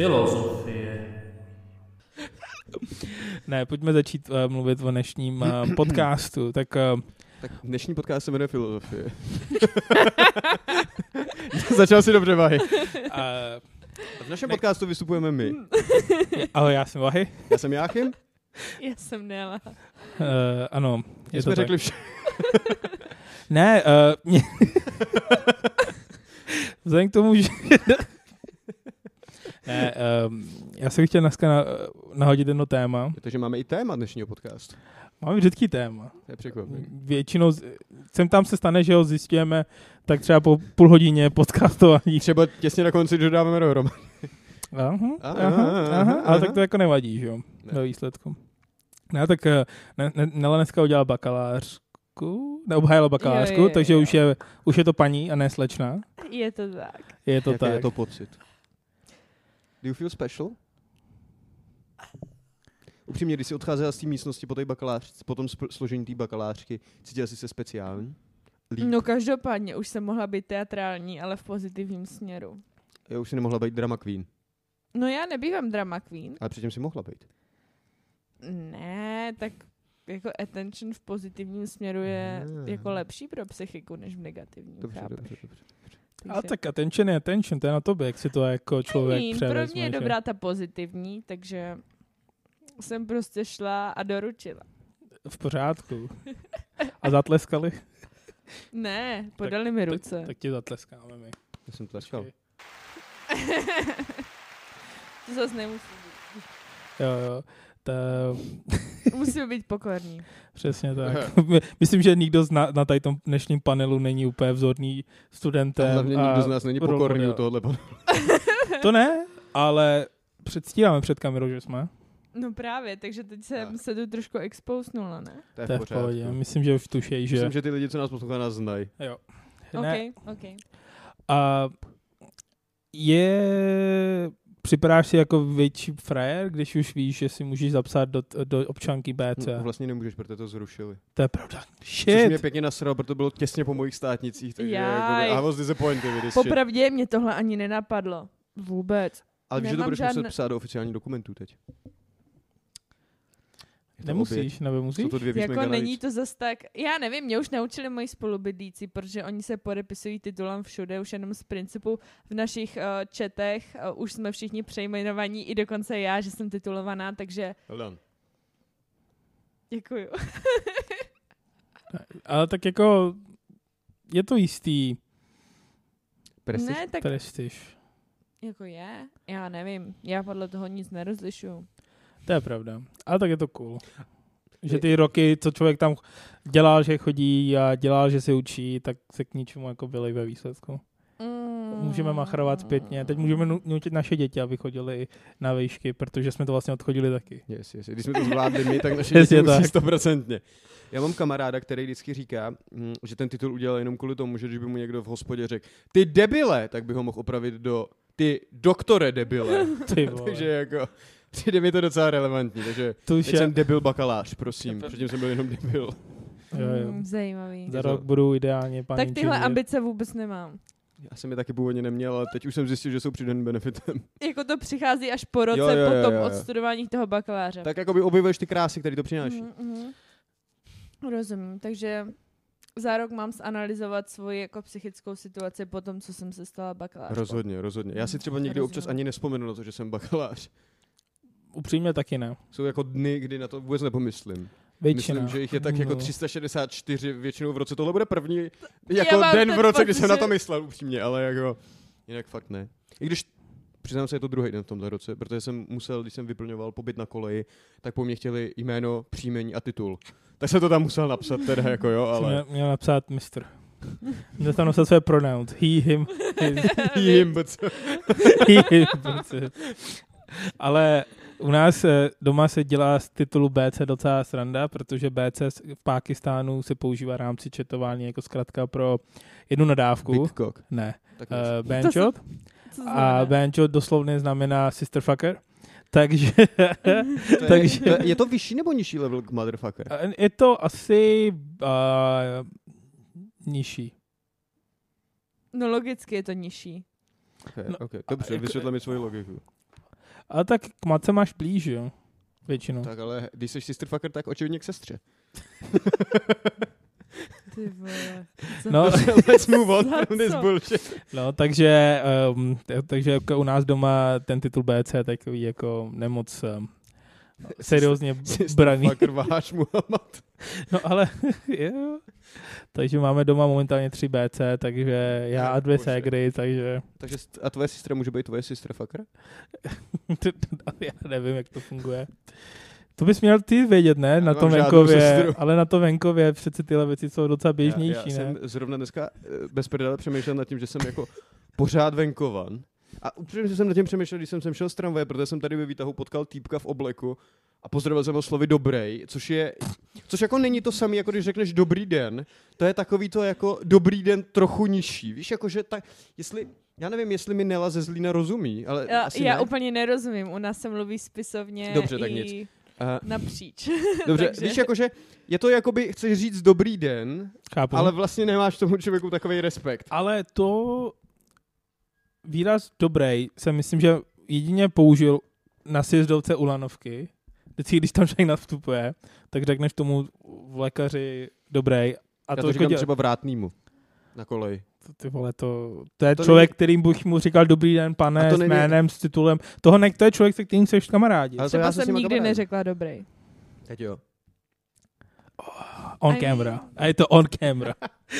Filozofie. Ne, pojďme začít mluvit o dnešním podcastu. Tak dnešní podcast se jmenuje Filozofie. Začal si dobře, Vahy. V našem podcastu vystupujeme my. Ahoj, já jsem Vahy. Já jsem Jáchym. Já jsem Nela. Ano, je jsme to řekli tak. Ne, vzhledem k tomu, že... Ne, já jsem chtěl dneska nahodit jedno téma. Takže máme i téma dnešního podcastu. Máme vždycky téma. To je překvapení. Většinou, sem tam se stane, že ho zjistíme tak třeba po půl hodině podcastování. Třeba těsně na konci dodáváme dohromady. Aha, ale tak to jako nevadí, že jo, do výsledku. No, tak Nela dneska udělala bakalářku, neobhájila bakalářku, jo. takže už je to paní a ne slečna. Je to tak. Je to Jaký tak. je to pocit? Do you feel special? Upřímně, když jsi odcházela z té místnosti po tom složení té bakalářky, cítila jsi se speciální? Líp? No každopádně, už jsem mohla být teatrální, ale v pozitivním směru. Já už si nemohla být drama queen. No já nebývám drama queen. Ale předtím si mohla být. Ne, tak jako attention v pozitivním směru je jako lepší pro psychiku, než v negativním. Dobře. Ale tak attention je attention, to je na tobě, jak si to jako člověk převezme. Pro mě je dobrá ta pozitivní, takže jsem prostě šla a doručila. V pořádku. A zatleskali? Ne, podali mi ruce. Tak ti zatleskáme my. Já jsem tleskal. To zase nemusí být. Jo. Musíme být pokorní. Přesně tak. Myslím, že nikdo na tady tom dnešním panelu není úplně vzorný studentem. A hlavně nikdo z nás není pokorný u tohohle panelu. To ne, ale předstíráme před kamerou, že jsme. No právě, takže teď jsem se tu trošku expousnula, ne? To je v pohodě. Myslím, že už tušejí, že... Myslím, že ty lidi, co nás poslouchají, nás znají. Jo. OK. A připadáš si jako větší frajer, když už víš, že si můžeš zapsat do občanky BC? No, vlastně nemůžeš, protože to zrušili. To je pravda. Což Shit. mě pěkně nasralo, protože to bylo těsně po mojich státnicích, takže I was disappointed. Popravdě mě tohle ani nenapadlo. Vůbec. Ale víš, že to budeš muset psát do oficiálních dokumentů teď. Nemusíš, nebo musíš? To jako není to zas tak, já nevím, mě už naučili moji spolubydlící, protože oni se podepisují titulem všude, už jenom z principu v našich chatech, už jsme všichni přejmenovaní, i dokonce já, že jsem titulovaná, takže... Well done. Děkuju. Ale tak jako je to jistý prestiž? Ne, tak... prestiž. Jako je? Já nevím, já podle toho nic nerozlišuju. To je pravda. Ale tak je to cool. Že ty roky, co člověk tam dělal, že chodí a dělal, že se učí, tak se k ničemu jako byli ve výsledku. Můžeme machrovat zpětně. Teď můžeme nutit naše děti, aby chodili na výšky, protože jsme to vlastně odchodili taky. Yes. Když jsme to zvládli my, tak naše děti musí 100%. Já mám kamaráda, který vždycky říká, že ten titul udělal jenom kvůli tomu, že když by mu někdo v hospodě řekl ty debile, tak by ho mohl opravit do ty doktore debile. Takže jako... Přijde mi to docela relevantní, takže teď jsem debil bakalář, prosím. Předtím jsem byl jenom debil. Jo. Zajímavý. Za rok budu ideálně paní. Tak tyhle ambice vůbec nemám. Já jsem je taky původně neměl, ale teď už jsem zjistil, že jsou přidaným benefitem. Jako to přichází až po roce po tom odstudování toho bakaláře. Tak jakoby objevuješ ty krásy, které to přináší. Rozumím, takže za rok mám zanalyzovat svoji jako psychickou situaci po tom, co jsem se stala bakalářkou. Rozhodně. Já si třeba někdy občas ani nevzpomenu na to, že jsem bakalář. Upřímně taky ne. Jsou jako dny, kdy na to vůbec nepomyslím. Většina. Myslím, že jich je tak jako 364 většinou v roce. Tohle bude první jako den v roce, kdy jsem na to myslel upřímně, ale jako jinak fakt ne. I když přiznám se, je to druhý den v tomhle roce, protože jsem musel, když jsem vyplňoval pobyt na koleji, tak po mně chtěli jméno, příjmení a titul. Tak jsem to tam musel napsat teda jako jo, ale... Měl napsat mistr. Měl tam napsat své pronouns. He, him, his. He, him, but... He, him, but... Ale u nás doma se dělá z titulu BC docela sranda, protože BC v Pákistánu se používá v rámci chatování jako zkratka pro jednu nadávku. Big cock. Ne. Banjot. A banjot doslovně znamená sister fucker. Takže... Je to vyšší nebo nižší level k motherfucker? Je to asi nižší. No logicky je to nižší. Okay. Dobře, vysvětle mi svoji logiku. Ale tak k matce máš blíž, jo? Většinou. Tak ale když jsi sisterfucker, tak očividně k sestře. Ty vole. No, let's move on from this bullshit. No, takže jako u nás doma ten titul BC je takový jako nemoc seriózně braný. Sisterfucker Váš Muhammad. No ale jo. Takže máme doma momentálně 3 BC, takže já a 2 ségry, takže... Takže a tvoje sestra může být tvoje sisterfucker? Já nevím, jak to funguje. To bys měl ty vědět, ne? Na tom venkově, ale na tom venkově přece tyhle věci jsou docela běžnější, já ne? jsem zrovna dneska bez prdele přemýšlel nad tím, že jsem jako pořád venkovan. A upřímně jsem nad tím přemýšlel, když jsem šel z tramvaje, protože jsem tady ve výtahu potkal týpka v obleku a pozdravil jsem ho slovy dobrej, což jako není to samé, jako když řekneš dobrý den, to je takový to jako dobrý den trochu nižší. Víš, jakože tak, já nevím, jestli mi Nela ze Zlína rozumí, ale asi já ne. úplně nerozumím, u nás se mluví spisovně. Dobře, tak nic. Napříč. Dobře, Takže... víš, jakože je to jakoby, chceš říct dobrý den, Chápu. ale vlastně nemáš tomu člověku takovej respekt. Ale to výraz dobrej jsem myslím, že jedině použil na sjezdovce u lanovky. Vždycky, když tam člověk nastupuje, tak řekneš tomu v lékaři dobrej. A já to to říkám třeba vrátnýmu na koleji. Ty vole, to je to člověk, kterým bych mu říkal dobrý den, pane, s jménem, s titulem. To je člověk, se kterým seš kamarádi. Třeba jsem nikdy neřekla dobrý. Teď jo. On camera. A je to on camera.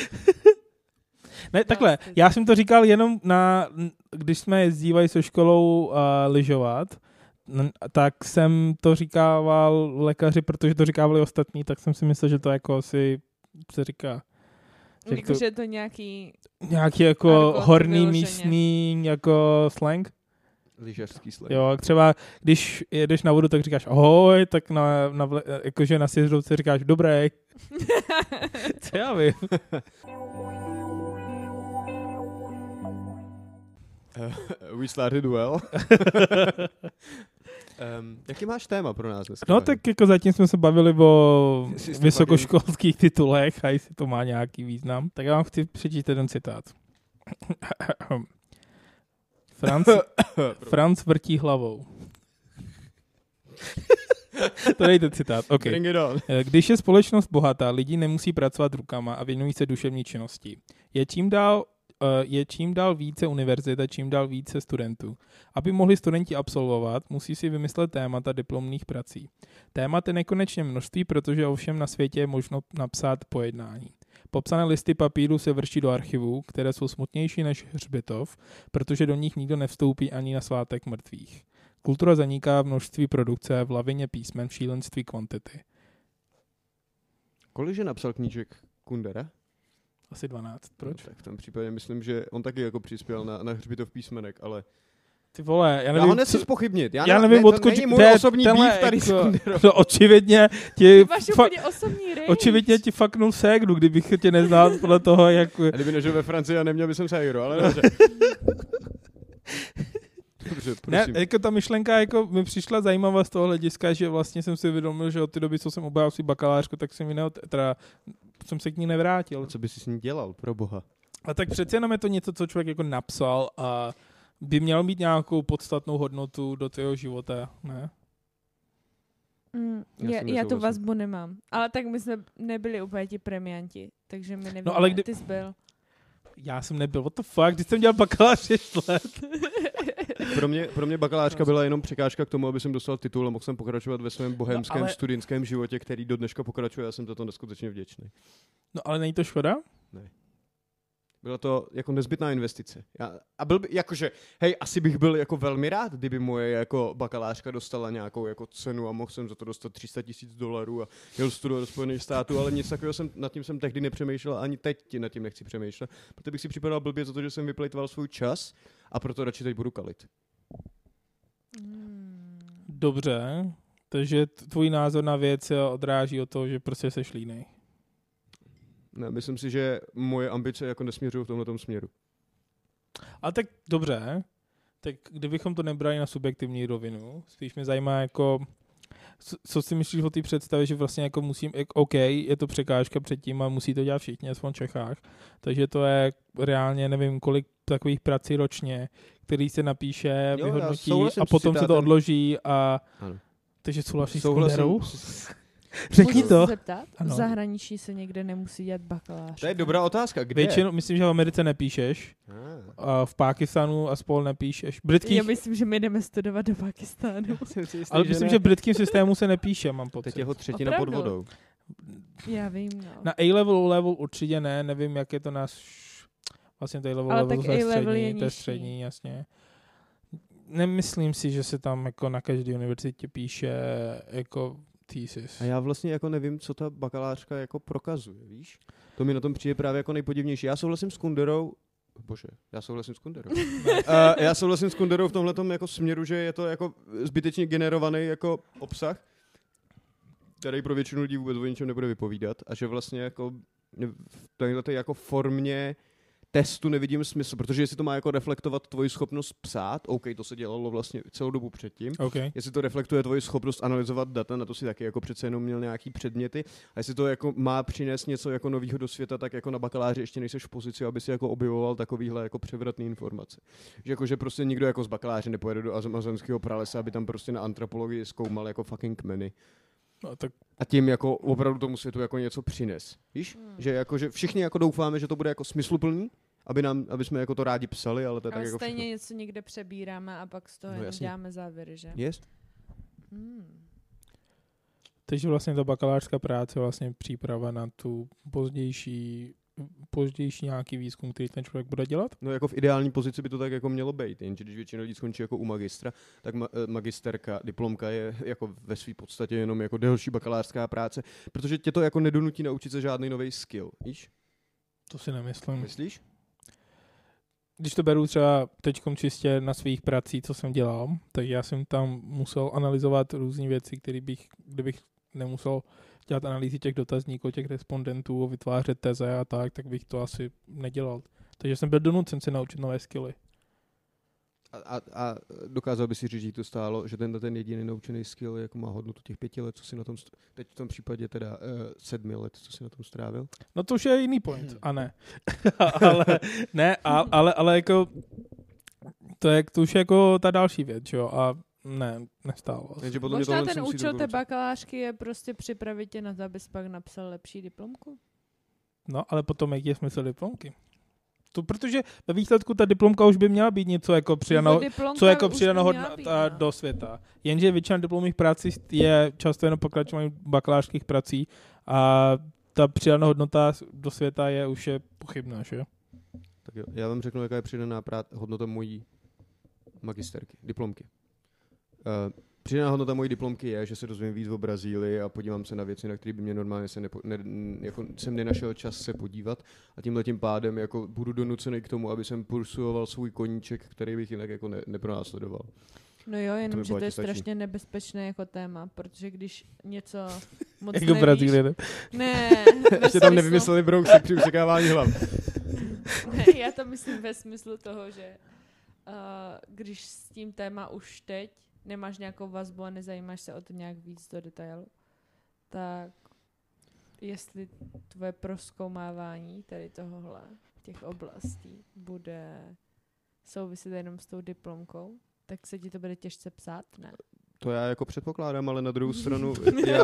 Ne, takhle, já jsem to říkal jenom když jsme jezdívali se školou lyžovat, tak jsem to říkával lékaři, protože to říkávali ostatní, tak jsem si myslel, že to jako si se říká. Jakože je to nějaký jako horný místní jako slang? Lyžařský slang. Jo, třeba když jedeš na vodu, tak říkáš ahoj, tak jakože na sjezdovce říkáš dobrý. Co já vím? We started well. Jaký máš téma pro nás dneska? No tak jako zatím jsme se bavili o vysokoškolských titulech a jestli to má nějaký význam. Tak já vám chci přečíst jeden citát. Franz vrtí hlavou. To nejde citát. Okay. Bring it on. Když je společnost bohatá, lidi nemusí pracovat rukama a věnují se duševní činnosti. Je čím dál více univerzit a čím dál více studentů. Aby mohli studenti absolvovat, musí si vymyslet témata diplomních prací. Témat je nekonečně množství, protože ovšem na světě je možno napsat pojednání. Popsané listy papíru se vrší do archivů, které jsou smutnější než hřbitov, protože do nich nikdo nevstoupí ani na svátek mrtvých. Kultura zaniká v množství produkce, v lavině písmen, v šílenství kvantity. Kolikže napsal knížek Kundera? Asi 12. Proč? No, tak v tom případě myslím, že on taky jako přispěl na hřbitov písmenek, ale... Ty vole, já nevím... Já ho nechci zpochybnit. Já nevím, odkud... To není můj osobní býv tady s Kunderem. No, očividně ti... Očividně ti faknul ségru, kdybych tě neznal podle toho, jak... A kdyby nežil ve Francii a neměl bych ségru, ale dobře. Dobře, ne, jako ta myšlenka jako mi přišla zajímavá z toho hlediska, že vlastně jsem si uvědomil, že od té doby, co jsem obhájil si bakalářku, tak jsem jsem se k ní nevrátil. A co by si s ní dělal, pro boha? A tak přece jenom je to něco, co člověk jako napsal a by měl mít nějakou podstatnou hodnotu do tvého života, ne? Já tu vazbu nemám. Ale tak my jsme nebyli úplně ti premianti, takže my nevíme, no, ale ty jsi byl. Já jsem nebyl, what the fuck, když jsem dělal bakalář 6 let. Pro mě bakalářka byla jenom překážka k tomu, aby jsem dostal titul a mohl jsem pokračovat ve svém bohemském studentském životě, který do dneška pokračuje a jsem za to neskutečně vděčný. No ale není to škoda? Ne. Byla to jako nezbytná investice. A byl by, jakože, hej, asi bych byl jako velmi rád, kdyby moje jako bakalářka dostala nějakou jako cenu a mohl jsem za to dostat $300,000 a jel studovat do Spojených států, ale nic takového nad tím jsem tehdy nepřemýšlel, ani teď nad tím nechci přemýšlet, protože bych si připadal blbě za to, že jsem vyplejtval svůj čas a proto radši teď budu kalit. Dobře, takže tvůj názor na věc odráží od toho, že prostě seš línej. Ne, myslím si, že moje ambice jako nesměřují v tomhletom směru. A tak dobře, tak kdybychom to nebrali na subjektivní rovinu, spíš mě zajímá jako, co si myslíš o té představě, že vlastně jako OK, je to překážka předtím a musí to dělat všichni, aspoň v Čechách, takže to je reálně, nevím, kolik takových prací ročně, který se napíše, Jo, vyhodnotí a potom se to odloží a ano. Takže souhlasíš s Kunderou? Řekni to. Se zeptat? Ano. V zahraničí se někde nemusí dělat bakalář. To je dobrá otázka. Kde? Většinou, myslím, že v Americe nepíšeš. A v Pákistánu a spol nepíšeš. Já myslím, že my jdeme studovat do Pákistánu. Ale myslím, že v britském systému se nepíše, mám pocit. Teď je ho třetina pod vodou. Já vím, no. Na A-level, O-level určitě ne, nevím, jak je to vlastně to A-level, ale tak to je A-level střední, to je střední, jasně. Nemyslím si, že se tam jako na každé univerzitě píše jako thesis. A já vlastně jako nevím, co ta bakalářka jako prokazuje, víš? To mi na tom přijde právě jako nejpodivnější. Já souhlasím s Kunderou, já souhlasím s Kunderou v tomhletom jako směru, že je to jako zbytečně generovaný jako obsah, který pro většinu lidí vůbec o ničem nebude vypovídat a že vlastně jako v této jako formě testu nevidím smysl, protože jestli to má jako reflektovat tvoji schopnost psát, OK, to se dělalo vlastně celou dobu předtím, okay. Jestli to reflektuje tvoji schopnost analyzovat data, na to si taky jako přece jenom měl nějaký předměty, a jestli to jako má přinést něco jako novýho do světa, tak jako na bakaláři ještě nejseš v pozici, aby si jako objevoval takovýhle jako převratné informace. Že jako, že prostě nikdo jako z bakaláře nepojede do amazonského pralesa, aby tam prostě na antropologii zkoumal jako fucking kmeny. No, tak... A tím jako opravdu tomu světu jako něco přines. Víš? Že jako, že všichni jako doufáme, že to bude jako smysluplný, aby jsme jako to rádi psali, ale to je tak jako stejně všechno. něco někde přebíráme a pak z toho děláme závěry, že? Jest? Takže vlastně ta bakalářská práce je vlastně příprava na tu pozdější nějaký výzkum, který ten člověk bude dělat? No jako v ideální pozici by to tak jako mělo být, jenže když většina lidí skončí jako u magistra, tak magisterka, diplomka je jako ve své podstatě jenom jako delší bakalářská práce, protože tě to jako nedonutí naučit se žádný nový skill, víš? To si nemyslím. Myslíš? Když to beru třeba teďkom čistě na svých pracích, co jsem dělal, tak já jsem tam musel analyzovat různé věci, kdybych nemusel dělat analýzy těch dotazníků, těch respondentů, vytvářet teze a tak bych to asi nedělal. Takže jsem byl donucen se naučit nové skilly. A dokázal by si říct, že to stálo, že ten jediný naučený skill jako má hodnotu těch 5 let, co si na tom, teď v tom případě teda 7 let, co si na tom strávil? No to už je jiný point, a ne. ale jako to už je jako ta další věc, jo, a ne, nestálo. Možná ten účel té bakalářky je prostě připravit tě na to, abys pak napsal lepší diplomku. No, ale potom jaký je smysl diplomky? To, protože ve výsledku ta diplomka už by měla být něco jako přidaného do světa. Jenže většina diplomových prací je často jenom pokračování bakalářských prací a ta přidaná hodnota do světa už je pochybná, že? Tak jo, já vám řeknu, jaká je přidaná hodnota mojí magisterky, diplomky. Přidaná hodnota mojí diplomky je, že se dozvím víc o Brazílii a podívám se na věci, na které by mě normálně jsem nenašel čas se podívat, a tímhletím pádem jako budu donucený k tomu, aby jsem pursuoval svůj koníček, který bych jinak jako nepronásledoval. No jo, jenom že to je strašně nebezpečné jako téma, protože když něco moc jako Brazílie. Ne. Ještě tam nevymysleli broušek při usekávání hlav. Ne, já to myslím ve smyslu toho, že když s tím téma už teď nemáš nějakou vazbu a nezajímáš se o to nějak víc do detailu, tak jestli tvoje prozkoumávání tady tohohle, těch oblastí, bude souviset jenom s tou diplomkou, tak se ti to bude těžce psát, ne? To já jako předpokládám, ale na druhou stranu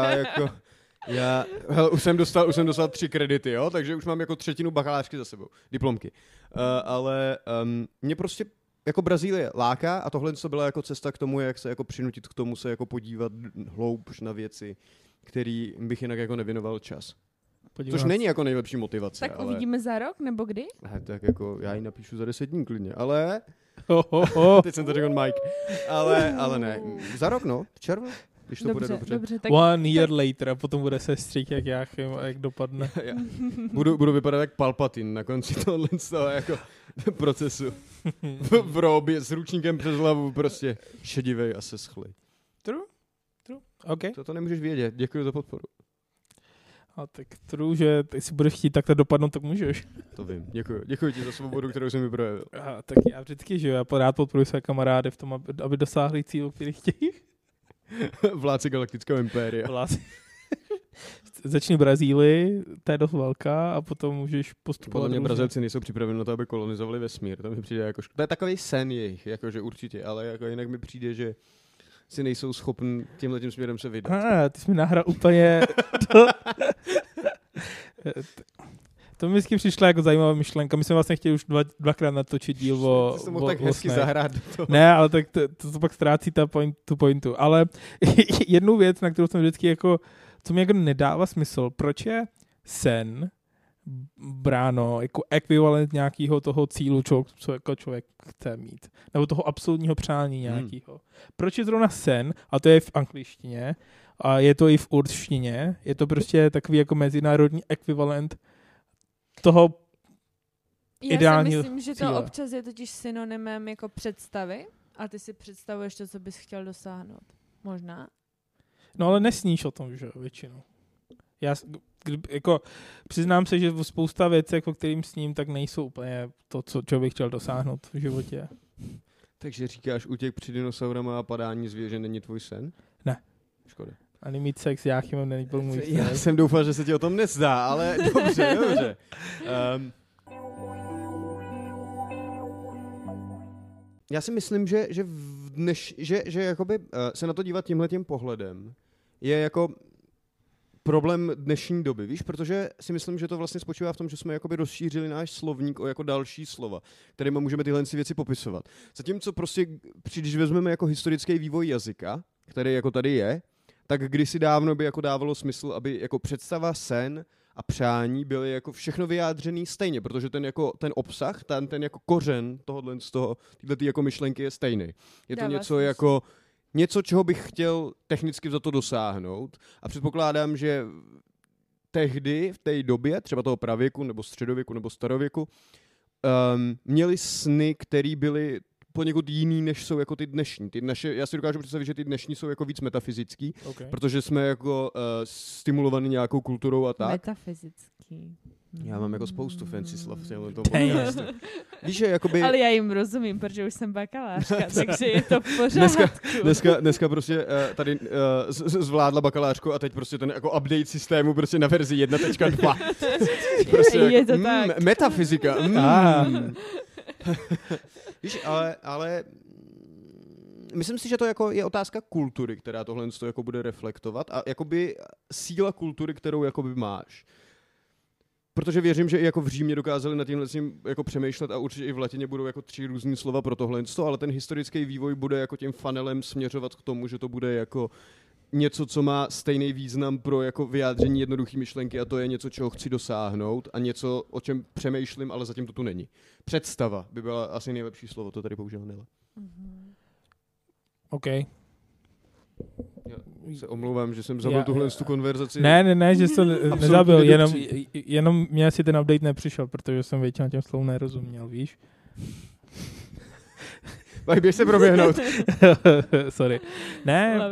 už jsem dostal 3 kredity, jo, takže už mám jako 1/3 bakalářky za sebou, diplomky. Ale mě prostě jako Brazílie láká a tohle byla jako cesta k tomu, jak se jako přinutit k tomu se jako podívat hloubš na věci, který bych jinak jako nevěnoval čas. Což není jako nejlepší motivace. Tak uvidíme za rok, nebo kdy? Tak jako já ji napíšu za 10 dní klidně, ale... Teď jsem to řekl Mike. Ale ne. Za rok, no. V červnu. Když to bude dobře. Tak, 1 year later a potom bude sestřík, jak dopadne. Budu vypadat jak Palpatine na konci tohle z toho jako procesu. V robě s ručníkem přes hlavu, prostě šedivej a seschlej. True. Okay. To nemůžeš vědět. Děkuji za podporu. A tak true, že jestli budeš chtít takhle dopadnout, tak můžeš. To vím. Děkuji ti za svobodu, kterou jsem mi projevil. Tak já vždycky, že já rád podporuji své kamarády v tom, aby dosáhli cílu, který chtějí. Vládci galaktického impéria. začni Brazílii, ta je dost velká a potom můžeš postupovat. Podle mě Brazilci nejsou připraveni na to, aby kolonizovali vesmír. To mi přijde jako to je takový sen jejich, jakože určitě, ale jako jinak mi přijde, že si nejsou schopni tímhletím směrem se vydat. Ty jsi mi nahrál úplně... To mi vždycky přišla jako zajímavá myšlenka. My jsme vlastně chtěli už dvakrát natočit díl o... Ty jsi mohl tak hezky zahrát do toho. Ne, ale tak to pak ztrácí tu pointu. Ale jednu věc, na kterou jsem vždycky jako... Co mi jako nedává smysl. Proč je sen bráno jako ekvivalent nějakého toho cílu, co jako člověk chce mít? Nebo toho absolutního přání nějakého. Proč je zrovna sen, a to je v angličtině, a je to i v urštině, je to prostě takový jako mezinárodní ekvivalent toho ideálního Já si myslím, že cíle. to občas je totiž synonymem jako představy a ty si představuješ to, co bys chtěl dosáhnout. Možná. No ale nesníš o tom, že většinou. Já jako přiznám se, že spousta věcí, o kterým sním, tak nejsou úplně to, co bych chtěl dosáhnout v životě. Takže říkáš, útěk před dinosaurama a padání zvěře není tvůj sen? Ne. Škoda. Ani mít sex s Jáchymem není byl můj sen. Já jsem doufal, že se ti o tom nezdá, ale dobře. Já si myslím, že jakoby, se na to dívat tímhletím pohledem je jako problém dnešní doby, víš, protože si myslím, že to vlastně spočívá v tom, že jsme jakoby rozšířili náš slovník o jako další slova, kterými můžeme tyhle věci popisovat. Zatímco prostě, když vezmeme jako historický vývoj jazyka, který jako tady je, tak kdysi dávno by jako dávalo smysl, aby jako představa, sen a přání byly jako všechno vyjádřený stejně, protože ten obsah, ten jako kořen této jako myšlenky je stejný. Je to něco, čeho bych chtěl technicky za to dosáhnout a předpokládám, že tehdy, v té době, třeba toho pravěku, nebo středověku, nebo starověku, měli sny, které byly poněkud jiný, než jsou jako ty dnešní. Já si dokážu představit, že ty dnešní jsou jako víc metafyzický, protože jsme jako stimulovaní nějakou kulturou a tak. Metafyzický. Já mám jako spoustu fancy slov v tomhle podcastu. Víš, že jakoby... Ale já jim rozumím, protože už jsem bakalářka, takže je to v pořádku. Dneska prostě tady zvládla bakalářku a teď prostě ten jako update systému prostě na verzi 1.2. Prostě je to tak. Metafyzika. Víš, ale myslím si, že to jako je otázka kultury, která tohle jako bude reflektovat a jakoby síla kultury, kterou jakoby máš. Protože věřím, že i jako v Římě dokázali nad tímhle jako přemýšlet a určitě i v latině budou jako 3 různý slova pro tohle, ale ten historický vývoj bude jako tím funnelem směřovat k tomu, že to bude jako něco, co má stejný význam pro jako vyjádření jednoduché myšlenky a to je něco, čeho chci dosáhnout a něco, o čem přemýšlím, ale zatím to tu není. Představa by byla asi nejlepší slovo, to tady použila Nela. OK. Já se omlouvám, že jsem zabil tuhle konverzaci. Ne, že jsem nezabil, jenom mě asi ten update nepřišel, protože jsem většinou těm slovům nerozuměl, víš? Běž se proběhnout. Sorry. Ne,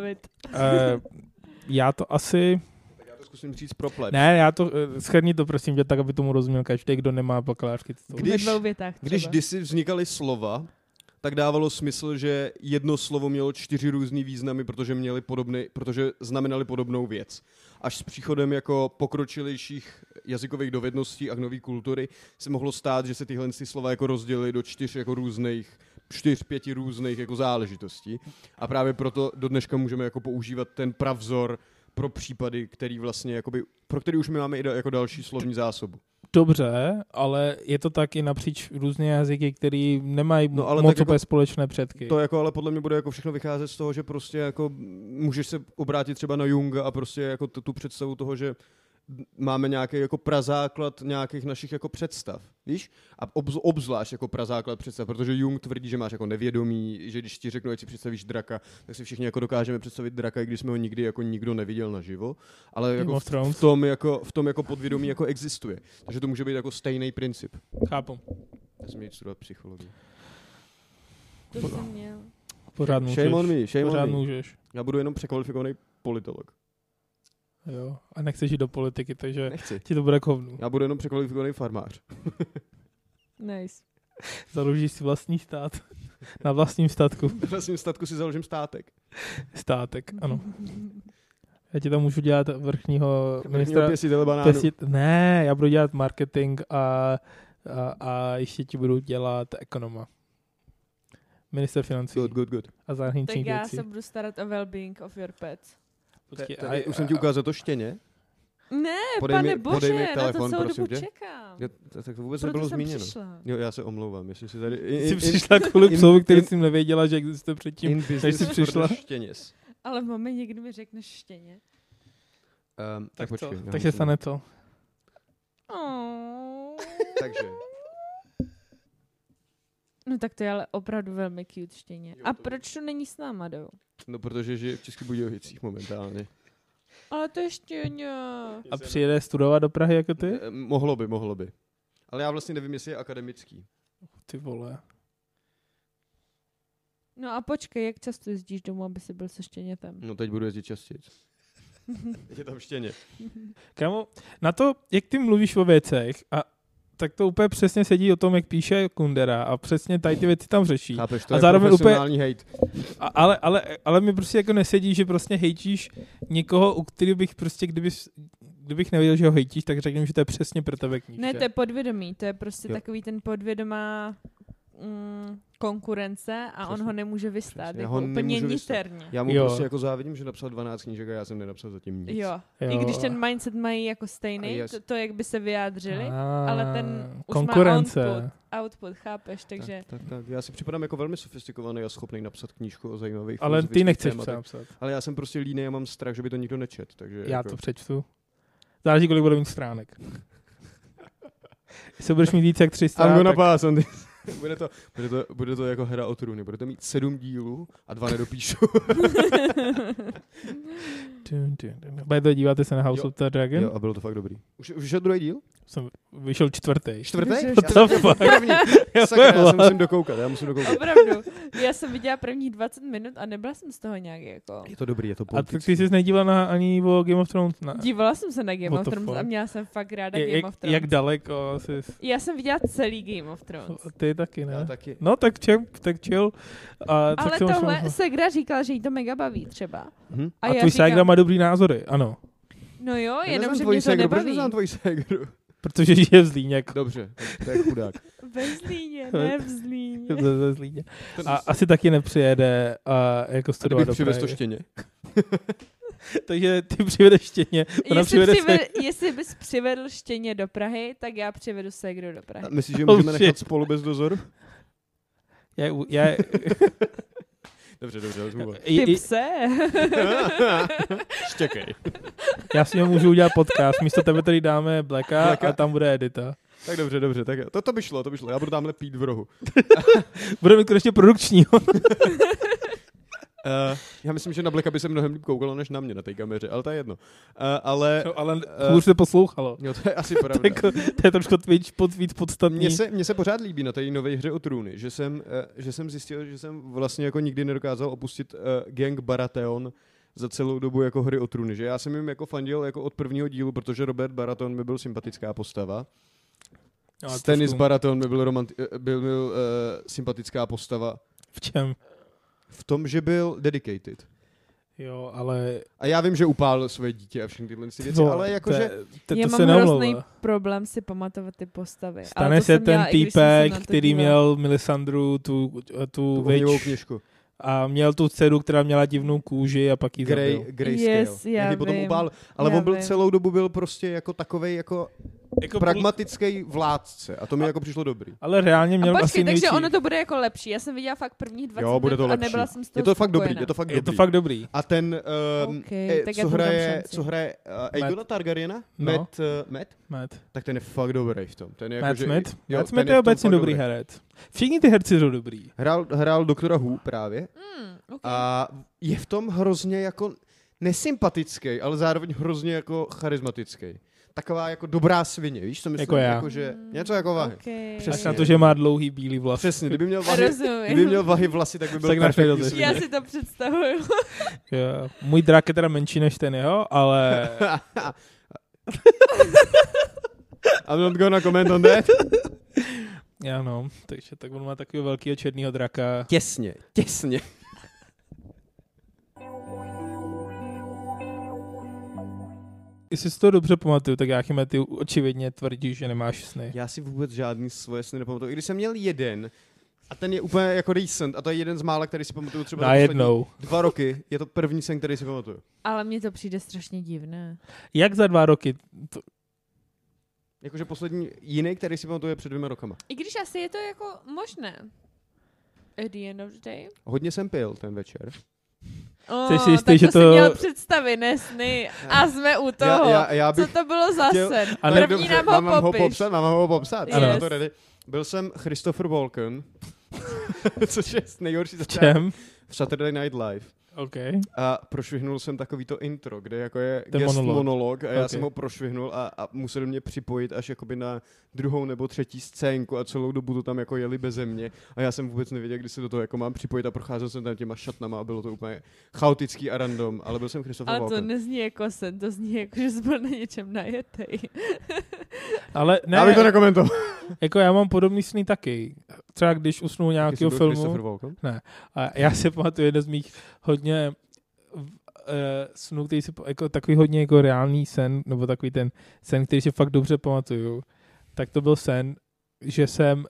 já to asi... Já to zkusím říct pro pleb. Ne, shrni to prosím tě tak, aby tomu rozuměl každý, kdo nemá bakalářský titul. Když kdysi vznikaly slova, tak dávalo smysl, že jedno slovo mělo 4 různý významy, protože znamenaly podobnou věc. Až s příchodem jako pokročilejších jazykových dovedností a nové kultury se mohlo stát, že se tyhle slova jako rozdělily do 4 jako různých 4-5 různých jako záležitostí. A právě proto do dneška můžeme jako používat ten pravzor pro případy, který vlastně jakoby, pro který už my máme i jako další slovní zásobu. Dobře, ale je to tak i napříč různé jazyky, který nemají moc úplně společné předky. To jako, ale podle mě bude jako všechno vycházet z toho, že prostě jako můžeš se obrátit třeba na Junga a prostě jako tu představu toho, že máme nějaký jako prazáklad nějakých našich jako představ, víš? A obzvlášť jako prazáklad představ, protože Jung tvrdí, že máš jako nevědomí, že když ti řeknu, ať si představíš draka, tak si všichni jako dokážeme představit draka, i když jsme ho nikdy jako nikdo neviděl naživo, ale jako v tom jako podvědomí jako existuje. Takže to může být jako stejný princip. Chápu. Já jsem měl studovat psychologii. To jsem měl. Pořád můžeš. Já budu jenom překvalifikovaný politolog. Jo, a nechceš jít do politiky, takže Nechci. Ti to bude kovnu. Já budu jenom překvalifikovaný farmář. Nice. Založíš si vlastní stát. Na vlastním statku. Na vlastním statku si založím státek. Státek, ano. Já ti tam můžu dělat vrchního ministra. Pěstitele banánů. Ne, já budu dělat marketing a ještě ti budu dělat ekonoma. Minister financí. Good. A zahraničních Tak já věcí. se budu starat o well-being of your pets. Už jsem ti ukázal to štěně. Ne, Podej bože, mi na telefon, to celou prosím dobu tě. čekám. Tak to vůbec Proto nebylo jsem zmíněno. přišla. Jo, já se omlouvám, jestli si tady... Jsi přišla kvůli psovi, který jsi nevěděla, že existuje předtím, než jsi přišla. Štěněs. Ale mami, někdy mi řekneš štěně. Tak počkej. Takže stane to. Takže. No tak to je ale opravdu velmi cute štěně. Jo, A to- proč tu není s náma, jdou? No, protože žije v Českých Budějovicích momentálně. Ale to je štěně. A přijede studovat do Prahy jako ty? Mohlo by. Ale já vlastně nevím, jestli je akademický. Ty vole. No a počkej, jak často jezdíš domů, aby si byl se štěnětem? No teď budu jezdit častěji. Je tam štěně. Kámo, na to, jak ty mluvíš o věcech, a tak to úplně přesně sedí o tom, jak píše Kundera a přesně tady ty věci tam řeší. Chápeš, to A je zároveň profesionální hejt. Ale mi prostě jako nesedí, že prostě hejtíš někoho, u kterého bych prostě, kdybych nevěděl, že ho hejtíš, tak řeknu, že to je přesně pro tebe knížka. Ne, to je podvědomí, to je prostě Jo. takový ten podvědomá konkurence a on Přesně. ho nemůže vystát, Přesně, já jako ho úplně nemůžu vystát. niterně. Já mu Jo. prostě jako závidím, že napsal 12 knížek a já jsem nenapsal zatím nic. Jo. Jo. I když ten mindset mají jako stejný, Yes. to, jak by se vyjádřili, ale ten už konkurence. má output, chápeš, takže... Tak. Já si připadám jako velmi sofistikovaný a schopný napsat knížku o zajímavých Ale ty filozofických nechceš tématech. napsat. Ale já jsem prostě línej a mám strach, že by to nikdo nečet. Takže Já jako... to přečtu. Záleží, kolik bude mít stránek. Jestli budeš mít víc jak 300, I'm gonna tak... pass on this. bude to jako Hra o trůny. Bude to mít 7 dílů a 2 nedopíšu. Budete díváte se na House Jo. of the Dragon? Jo, a bylo to fakt dobrý. Už vyšel druhý díl? Vyšel 4. Čtvrtý? What the fuck? První. Sakra, já se musím dokoukat. Opravdu. Já jsem viděla prvních 20 minut a nebyla jsem z toho nějak jako... Je to dobrý, je to A tak politický. ty jsi nedívala ani o Game of Thrones? Dívala jsem se na Game What of the Thrones fuck? a měla jsem fakt ráda Game of Thrones. Jak daleko jsi... Já jsem viděla celý Game of Thrones. Ty taky, ne? Já taky. No tak chill. A tak Ale si tohle možná- Segra říkal, že jí to mega baví třeba. A A já tvůj říkám- Segra má dobrý názory, ano. No jo, Já jenom, neznám že tvoji mě to ségru, proč nebaví. neznám tvoji ségru? Protože žije v Zlíně. Dobře, to je chudák. Ve Zlíně, ne v Zlíně. Ve Zlíně. A asi taky nepřijede jako A studovat kdybych do přivez to Prahy. štěně. Takže ty přivedeš štěně, ona přivede se... Jestli bys přivedl štěně do Prahy, tak já přivedu Segru do Prahy. A myslíš, že můžeme shit. nechat spolu bez dozoru? Já, Dobře, vezmu. Ty pse. Štěkej. já s ním můžu udělat podcast, místo tebe tady dáme Blacka a tam bude Edita. Tak dobře, tak to by šlo. Já budu tamhle pít v rohu. Bude mít konečně produkčního. Já myslím, že na Blacka by se mnohem líp koukalo, než na mě na té kameře, ale to je jedno. Ale hůř se poslouchalo. jo, to je asi pravda. To je trošku víc podstatný. Mně se pořád líbí na té nové hře o trůny, že jsem zjistil, že jsem vlastně jako nikdy nedokázal opustit gang Baratheon za celou dobu jako hry o trůny. Že já jsem jim jako fandil jako od prvního dílu, protože Robert Baratheon mi byl sympatická postava. Stannis Baratheon mi byl sympatická postava. V čem? V tom, že byl dedicated. Jo, ale... A já vím, že upálil své dítě a všechny tyhle věci, ale jakože... Já to mám se hrozný neomlouvá. problém si pamatovat ty postavy. Stane se ten týpek, který měl Melisandru, tu ohňovou kněžku. A měl tu dceru, která měla divnou kůži a pak jí zabil. Grayscale. Yes, já potom vím. upál, ale on byl celou dobu byl prostě jako takovej jako pragmatický vládce a to mi jako přišlo dobrý. Ale reálně měl a počkej, asi takže nejčí. ono to bude jako lepší. Já jsem viděla fakt prvních 20 jo, bude to minut a lepší. nebyla jsem z toho Je to fakt dobrý, spokojená. je to fakt dobrý. A ten, okay, tak co hraje Aegona Targaryena? No. Matt? Tak ten je fakt dobrý v tom. Ten je Matt jako, Smith? Jo, Matt Smith je obecně dobrý herec. Všichni ty herci jsou dobrý. Hrál doktora Who právě. Okay. A je v tom hrozně jako nesympatický, ale zároveň hrozně jako charismatický. Taková jako dobrá svině, víš, co myslím? Jako já. Jako, že něco jako Vahy. Okay. Přesně na to, že má dlouhý bílý vlas. Přesně, kdyby měl Vahy vlasy, tak by byl Tak perfektní svině. Já si to představuju. Jo. Můj drak je teda menší než ten jeho, ale... I'm not gonna comment on that. Já no, takže tak on má takového velkého černýho draka. Těsně. jestli si to dobře pamatuju, tak Jáchyme, ty očividně tvrdíš, že nemáš sny. Já si vůbec žádný svoje sny nepamatuju. I když jsem měl jeden, a ten je úplně jako recent, a to je jeden z mála, který si pamatuju třeba najednou. 2 roky. Je to první sen, který si pamatuju. Ale mně to přijde strašně divné. Jak za 2 roky? Jakože poslední jiný, který si pamatuju, je před 2 rokama. I když asi je to jako možné. At the end of the day. Hodně jsem pil ten večer. Jsi si jistý, tak že to to... jsi měl představy, ne sny. A jsme u toho. Já bych co to bylo za sen? První nám ho popiš. Mám ho popsat. Yes. Na to ready. Byl jsem Christopher Walken, což je nejhorší začátek v Saturday Night Live. Okay. A prošvihnul jsem takovýto intro, kde jako je guest monolog a já jsem ho prošvihnul a museli mě připojit až jakoby na 2. nebo 3. scénku a celou dobu to tam jako jeli beze mě a já jsem vůbec nevěděl, kdy se do toho jako mám připojit a procházel jsem tam těma šatnama a bylo to úplně chaotický a random, ale byl jsem Christopher Walken. Ale to nezní jako sen, to zní jako, že jsi byl na něčem najetej. Ale ne, já bych to nekomentoval. Jako já mám podobný sny taky. Třeba když usnu nějakého filmu. Ne. A já si pamatuju jeden z mých hodně snů, který si jako takový hodně jako reálný sen, nebo takový ten sen, který si fakt dobře pamatuju. Tak to byl sen, že jsem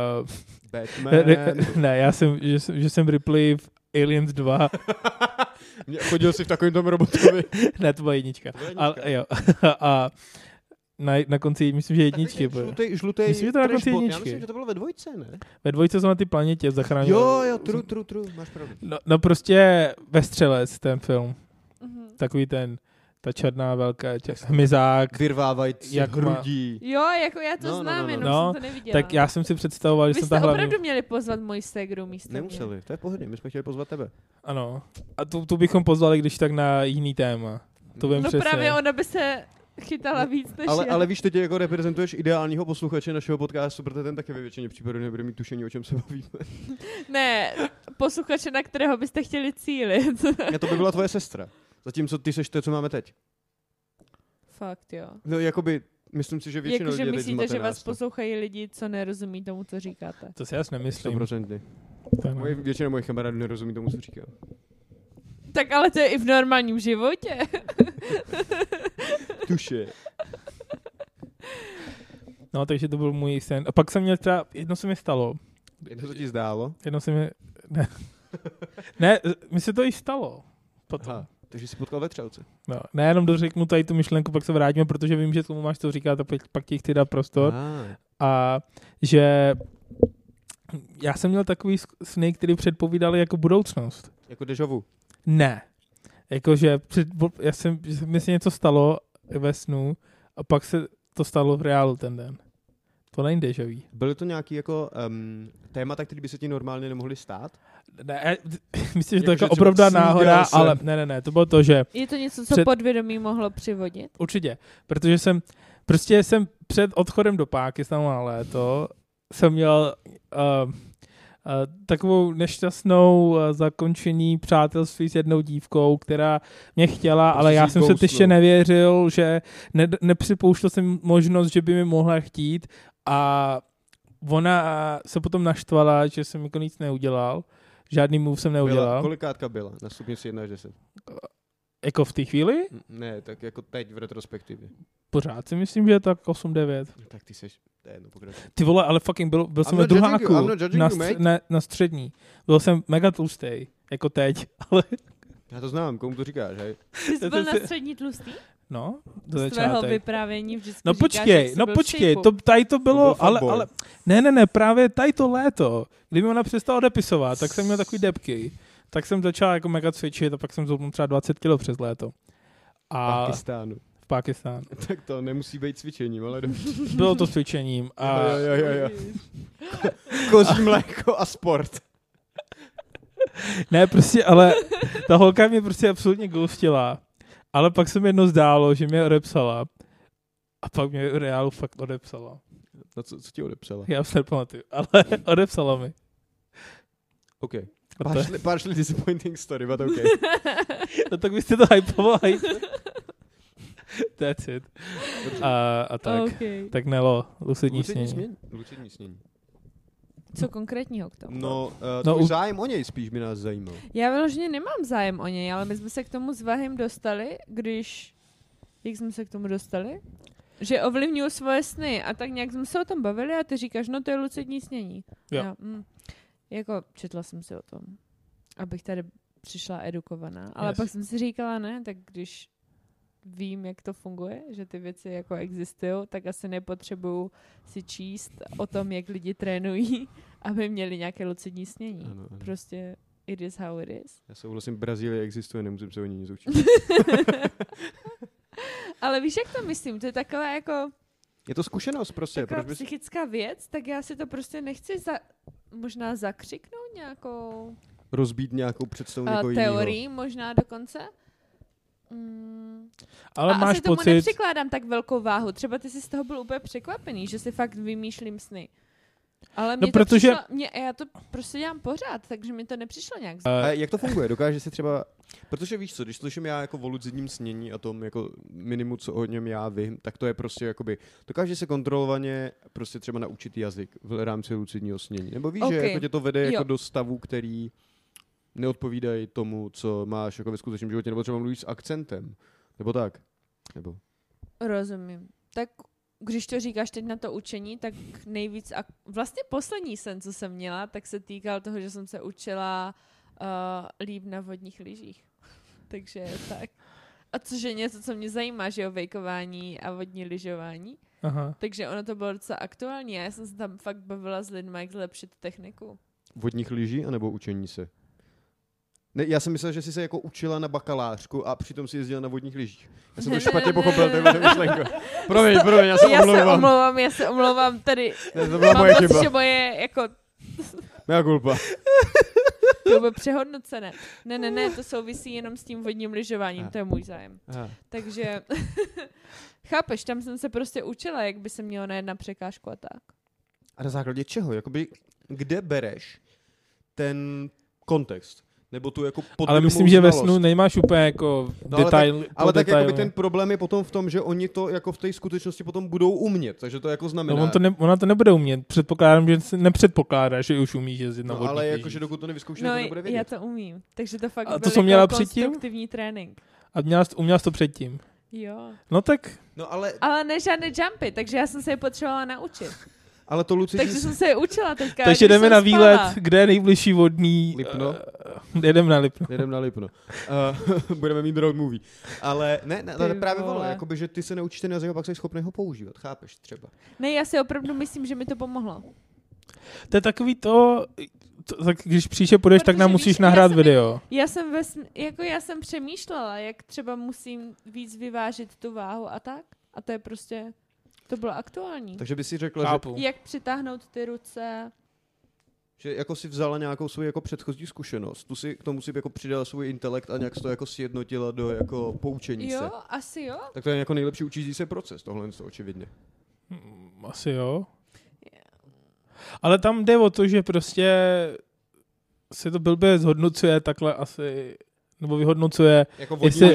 Batman. že jsem Ripley v Aliens 2. Chodil jsi v takovým tom robotovi. Ne, to byla jednička. A na konci, myslím, že jedničky. Žlutej myslím, že to na konci jedničky. Já myslím, že to bylo ve 2, ne? Ve 2 jsou na ty planetě zachránili. Jo, true, máš pravdu. No prostě Vestřelec, ten film. Takový ta černá velká hmyzák. Vyrvávající hrudí. Jo, jako já to znám, jenom jsem to neviděla. Tak já jsem si představoval, že jsem ta hlavní... Vy jste opravdu měli pozvat moji ségru místo Nemuseli, mě. to je pohodě, my jsme chtěli pozvat tebe. Ano. A tu bychom pozvali, když tak na jiný téma. To vím přesně. Právě ona by se chytala víc než já. Ale víš, teď jako reprezentuješ ideálního posluchače našeho podcastu, protože ten taky ve většině případů nebude mít tušení, o čem se bavíme. Ne, posluchače, na kterého byste chtěli cílit. To by byla tvoje sestra. Zatímco ty seš to, co máme teď. Fakt, jo. No, jakoby, myslím si, že většinou lidí je teď myslíte, že vás poslouchají lidi, co nerozumí tomu, co říkáte? To si já nemyslím. 100%. Většina mojich kamarádů nerozumí tomu, co říkám. Tak ale to je i v normálním životě. Tuše. No, takže to byl můj sen. A pak jsem měl třeba, jedno se mi stalo. Jedno se ti zdálo? Jedno se mi, ne, mi se to i stalo. Potom. Aha, takže jsi potkal ve Třelci. No, nejenom dořeknu tady tu myšlenku, pak se vrátíme, protože vím, že tomu máš co říkat a pak ti chci dát prostor. A že já jsem měl takový sny, který předpovídali jako budoucnost. Jako déjà vu? Ne. Jakože mi se něco stalo ve snu a pak se to stalo v reálu ten den. To není déjà vu. Byly to nějaký jako témata, které by se ti normálně nemohly stát? Ne, myslím, že to je jako opravdu náhoda, ale ne, to bylo to, že... Je to něco, co podvědomí mohlo přivodit? Určitě, protože jsem před odchodem do Pákistánu na léto jsem měl takovou nešťastnou zakončení přátelství s jednou dívkou, která mě chtěla, ale já jsem se ještě nevěřil, že nepřipouštěl jsem možnost, že by mi mohla chtít a ona se potom naštvala, že jsem jako nic neudělal. Žádný move jsem neudělal. Kolikátka byla? Na stupnici 1 až 10. Jako v té chvíli? Ne, tak jako teď v retrospektivě. Pořád si myslím, že je tak 8-9. Tak ty seš, to je jedno pokračuj. Ty vole, ale fucking byl jsem na druháku, na střední. Byl jsem mega tlustý, jako teď, ale... Já to znám, komu to říkáš, hej? Ty jsi byl na střední tlustý? No, z tvého vyprávění vždycky počkej, tady to bylo, ale ne, právě tady to léto, kdy mi ona přestala odepisovat, tak jsem měl takový depky, tak jsem začal jako mega cvičit a pak jsem zhubnul třeba 20 kg přes léto. V Pákistánu. Tak to nemusí být cvičením, ale bylo to cvičením. Jo. Kozí mléko a sport. Ne, prostě, ale ta holka mě prostě absolutně ghostila. Ale pak se mi jedno zdálo, že mě odepsala. A pak mě reálu fakt odepsala. No co ti odepsala? Já už nepamatuju, ale odepsala mi. OK. Partially disappointing story, but OK. No tak byste to hypovali. That's it. A tak. Okay. Tak Nelo, lucidní snění. Lucidní snění. Co konkrétního k tomu? No, tvůj zájem o něj spíš by nás zajímal. Já vyloženě nemám zájem o něj, ale my jsme se k tomu s Vahim dostali, když Jak jsme se k tomu dostali? Že ovlivňuji svoje sny a tak nějak jsme se o tom bavili a ty říkáš, no to je lucidní snění. Jo. Jako četla jsem si o tom, abych tady přišla edukovaná, ale Yes. pak jsem si říkala, ne, tak když vím, jak to funguje, že ty věci jako existují, tak asi nepotřebuju si číst o tom, jak lidi trénují, aby měli nějaké lucidní snění. Ano. Prostě it is how it is. Já souhlasím, Brazílie existuje, nemusím se o ní nic učit. Ale víš, jak to myslím? To je taková jako Je to zkušenost prostě. taková Proč bys... psychická věc, tak já si to prostě nechci možná zakřiknout nějakou rozbít nějakou představu někoho jiného. teorii, možná dokonce. Ale a máš asi tomu pocit... nepřikládám tak velkou váhu. Třeba ty jsi z toho byl úplně překvapený, že si fakt vymýšlím sny. Ale mě protože... to přišlo, já to prostě dělám pořád, takže mi to nepřišlo nějak. A jak to funguje? Dokáže si třeba... Protože víš co, když slyším já jako o lucidním snění a tom jako minimu, co o něm já vím, tak to je prostě jakoby... Dokáže se kontrolovaně prostě třeba naučit jazyk v rámci lucidního snění. Nebo víš, že jako tě to vede jako do stavů, který neodpovídají tomu, co máš jako ve skutečném životě, nebo třeba mluvíš s akcentem. Nebo tak. Nebo... Rozumím. Tak když to říkáš teď na to učení, tak nejvíc... Vlastně poslední sen, co jsem měla, tak se týkal toho, že jsem se učila líp na vodních lyžích. Takže tak. A což je něco, co mě zajímá, že jo, vejkování a vodní lyžování. Aha. Takže ono to bylo docela aktuální a já jsem se tam fakt bavila s lidmi, jak zlepšit techniku. Vodních lyží, anebo učení se? Ne, já jsem myslel, že jsi se jako učila na bakalářku a přitom si jezdila na vodních lyžích. Já jsem to špatně pochopil, to je myšlenka. Promiň, já se omlouvám, tady. Ne, to byla moje chyba. Že moje, jako... Mea culpa. To bylo přehodnocené. Ne, to souvisí jenom s tím vodním lyžováním, to je můj zájem. Aha. Takže, chápeš, tam jsem se prostě učila, jak by se mělo najet na překážku a tak. A na základě čeho? Jakoby, kde bereš ten kontext? Nebo tu jako podvědomou Ale myslím, že ve znalost? snu nemáš úplně jako detail. Ale tak jakoby ten problém je potom v tom, že oni to jako v té skutečnosti potom budou umět, takže to jako znamená... No ona to nebude umět. Předpokládám, že se nepředpokládá, že už umíš jezdit na vodních ale lyžích. jakože dokud to nevyzkoušíš, to nebude vědět. Já to umím, takže to fakt A to, byl co měla jako předtím? konstruktivní trénink. A uměla jsi to předtím. Jo. No tak... No ale ne žádné jumpy, takže já jsem se je potřebovala naučit. Ale to lucidní... Takže jsem se je učila teďka. Takže jdeme na výlet, kde je nejbližší vodní... Lipno? Jedeme na Lipno. Jedeme na Lipno. Budeme mít road movie. Ale ne právě ono, jakoby, že ty se naučíš ten jazyk a pak jsi schopný ho používat, chápeš třeba. Ne, já si opravdu myslím, že mi to pomohlo. To je takový tak když příště půjdeš, tak nám musíš nahrát video. Já jsem přemýšlela, jak třeba musím víc vyvážit tu váhu a tak. A to je prostě... To bylo aktuální. Takže by si řekla, že... Jak přitáhnout ty ruce. Že jako si vzala nějakou svou jako předchozí zkušenost. Tu si k tomu si jako přidala svůj intelekt a nějak to jako sjednotila do jako poučení se. Jo, asi jo. Tak to je jako nejlepší učící se proces, tohle to očividně. Asi jo. Ale tam jde o to, že prostě se to blbě zhodnocuje takhle asi... Nebo vyhodnocuje, jako